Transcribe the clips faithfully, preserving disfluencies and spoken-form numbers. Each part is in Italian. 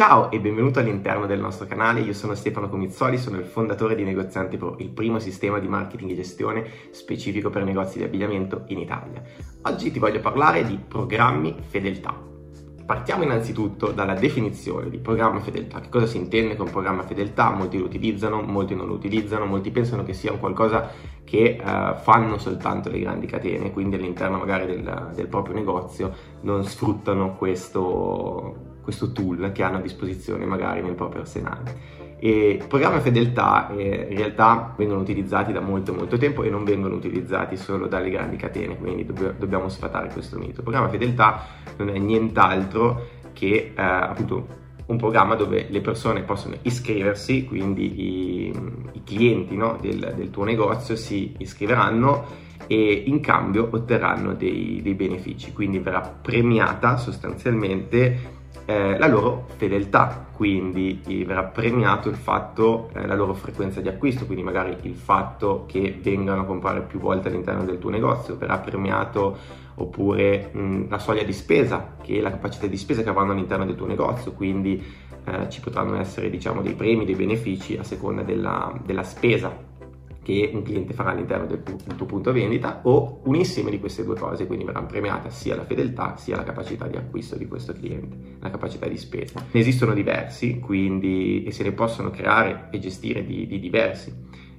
Ciao e benvenuto all'interno del nostro canale, io sono Stefano Comizzoli, sono il fondatore di Negoziante Pro, il primo sistema di marketing e gestione specifico per negozi di abbigliamento in Italia. Oggi ti voglio parlare di programmi fedeltà. Partiamo innanzitutto dalla definizione di programma fedeltà. Che cosa si intende con programma fedeltà? Molti lo utilizzano, molti non lo utilizzano, molti pensano che sia un qualcosa che uh, fanno soltanto le grandi catene, quindi all'interno magari del, del proprio negozio non sfruttano questo questo tool che hanno a disposizione magari nel proprio arsenale. E programmi fedeltà eh, in realtà vengono utilizzati da molto molto tempo e non vengono utilizzati solo dalle grandi catene, quindi dobb- dobbiamo sfatare questo mito. Il programma fedeltà non è nient'altro che eh, appunto un programma dove le persone possono iscriversi, quindi i, i clienti, no, del, del tuo negozio si iscriveranno e in cambio otterranno dei, dei benefici, quindi verrà premiata sostanzialmente Eh, la loro fedeltà, quindi eh, verrà premiato il fatto, eh, la loro frequenza di acquisto, quindi magari il fatto che vengano a comprare più volte all'interno del tuo negozio, verrà premiato oppure mh, la soglia di spesa, che è la capacità di spesa che avranno all'interno del tuo negozio, quindi eh, ci potranno essere diciamo dei premi, dei benefici a seconda della, della spesa che un cliente farà all'interno del, del tuo punto vendita, o un insieme di queste due cose, quindi verrà premiata sia la fedeltà sia la capacità di acquisto di questo cliente, la capacità di spesa. Ne esistono diversi, quindi, e se ne possono creare e gestire di, di diversi.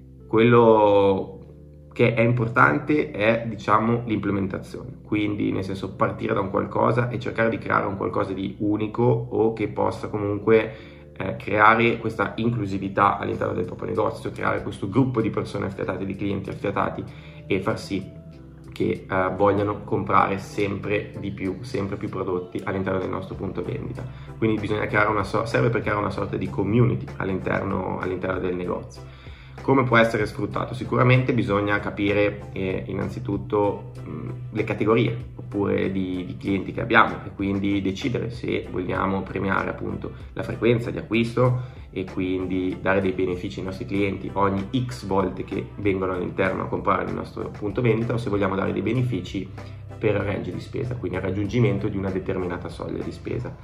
Quello che è importante è diciamo l'implementazione, quindi nel senso partire da un qualcosa e cercare di creare un qualcosa di unico o che possa comunque Eh, creare questa inclusività all'interno del proprio negozio, creare questo gruppo di persone affiatate, di clienti affiatati e far sì che eh, vogliano comprare sempre di più, sempre più prodotti all'interno del nostro punto vendita. Quindi bisogna creare una so- serve per creare una sorta di community all'interno, all'interno del negozio. Come può essere sfruttato? Sicuramente bisogna capire eh, innanzitutto mh, le categorie oppure di, di clienti che abbiamo e quindi decidere se vogliamo premiare appunto la frequenza di acquisto e quindi dare dei benefici ai nostri clienti ogni X volte che vengono all'interno a comprare il nostro punto vendita, o se vogliamo dare dei benefici per range di spesa, quindi al raggiungimento di una determinata soglia di spesa.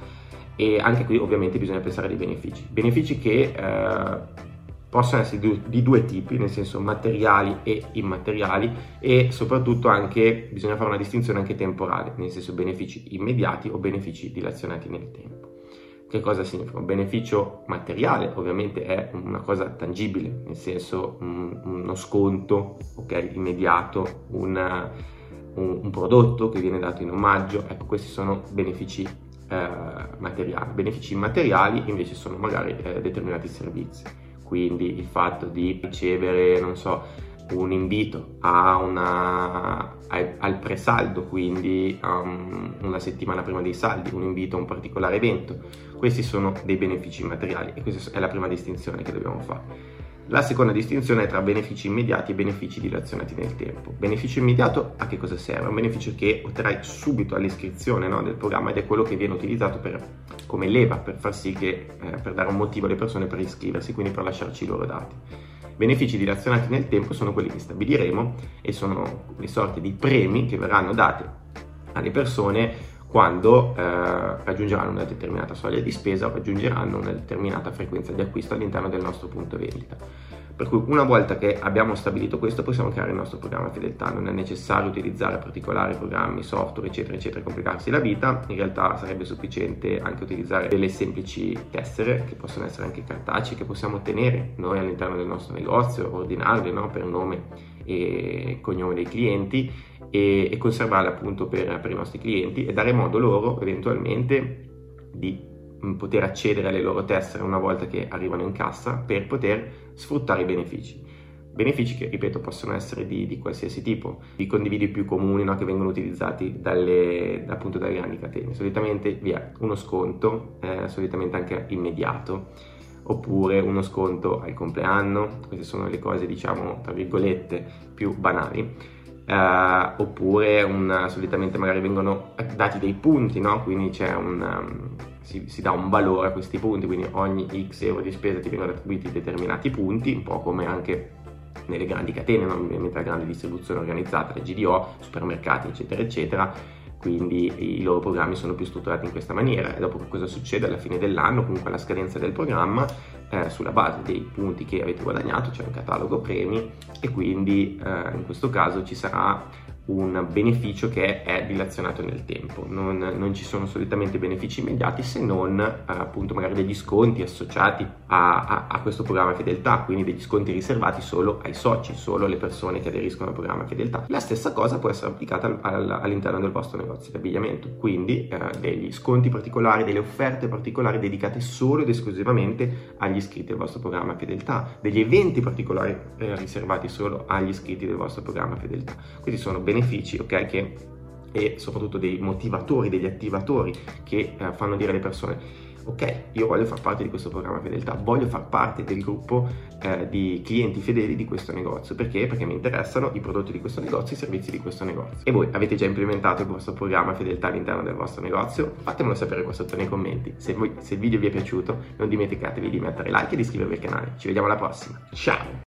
E anche qui ovviamente bisogna pensare ai benefici, benefici che eh, possono essere di due tipi, nel senso materiali e immateriali, e soprattutto anche bisogna fare una distinzione anche temporale, nel senso benefici immediati o benefici dilazionati nel tempo. Che cosa significa? Un beneficio materiale ovviamente è una cosa tangibile, nel senso un, uno sconto, ok, immediato, una, un, un prodotto che viene dato in omaggio, ecco, questi sono benefici eh, materiali. Benefici immateriali invece sono magari eh, determinati servizi. Quindi il fatto di ricevere, non so, un invito a una, a, al presaldo, quindi um, una settimana prima dei saldi, un invito a un particolare evento. Questi sono dei benefici materiali e questa è la prima distinzione che dobbiamo fare. La seconda distinzione è tra benefici immediati e benefici dilazionati nel tempo. Beneficio immediato a che cosa serve? Un beneficio che otterrai subito all'iscrizione, no, del programma, ed è quello che viene utilizzato per, come leva per far sì che, eh, per dare un motivo alle persone per iscriversi, quindi per lasciarci i loro dati. Benefici dilazionati nel tempo sono quelli che stabiliremo e sono le sorte di premi che verranno date alle persone quando eh, raggiungeranno una determinata soglia di spesa o raggiungeranno una determinata frequenza di acquisto all'interno del nostro punto vendita. Per cui una volta che abbiamo stabilito questo possiamo creare il nostro programma fedeltà. Non è necessario utilizzare particolari programmi, software eccetera eccetera, complicarsi la vita. In realtà sarebbe sufficiente anche utilizzare delle semplici tessere che possono essere anche cartacee, che possiamo tenere noi all'interno del nostro negozio, ordinarle, no, per nome e cognome dei clienti e, e conservarle appunto per, per i nostri clienti e dare modo loro eventualmente di poter accedere alle loro tessere una volta che arrivano in cassa per poter sfruttare i benefici. Benefici che, ripeto, possono essere di, di qualsiasi tipo, i condividi più comuni, no, che vengono utilizzati dalle, appunto dalle grandi catene. Solitamente via uno sconto, eh, solitamente anche immediato, oppure uno sconto al compleanno. Queste sono le cose diciamo tra virgolette più banali. Uh, oppure un, solitamente magari vengono dati dei punti, no? Quindi c'è un, um, si, si dà un valore a questi punti, quindi ogni X euro di spesa ti vengono attribuiti determinati punti, un po' come anche nelle grandi catene, no? Mentre la grande distribuzione organizzata, le G D O, supermercati eccetera eccetera, quindi i loro programmi sono più strutturati in questa maniera. E dopo cosa succede? Alla fine dell'anno, comunque alla scadenza del programma, eh, sulla base dei punti che avete guadagnato c'è un catalogo premi e quindi eh, in questo caso ci sarà un beneficio che è dilazionato nel tempo. Non, non ci sono solitamente benefici immediati, se non eh, appunto magari degli sconti associati a, a, a questo programma fedeltà, quindi degli sconti riservati solo ai soci, solo alle persone che aderiscono al programma fedeltà. La stessa cosa può essere applicata al, al, all'interno del vostro negozio di abbigliamento, quindi eh, degli sconti particolari, delle offerte particolari dedicate solo ed esclusivamente agli iscritti del vostro programma fedeltà, degli eventi particolari eh, riservati solo agli iscritti del vostro programma fedeltà. Questi sono benefici benefici, ok, che e soprattutto dei motivatori, degli attivatori che eh, fanno dire alle persone: ok, io voglio far parte di questo programma fedeltà, voglio far parte del gruppo eh, di clienti fedeli di questo negozio. Perché? Perché mi interessano i prodotti di questo negozio, i servizi di questo negozio. E voi avete già implementato il vostro programma fedeltà all'interno del vostro negozio? Fatemelo sapere qua sotto nei commenti. Se, voi, se il video vi è piaciuto, non dimenticatevi di mettere like e di iscrivervi al canale. Ci vediamo alla prossima, ciao!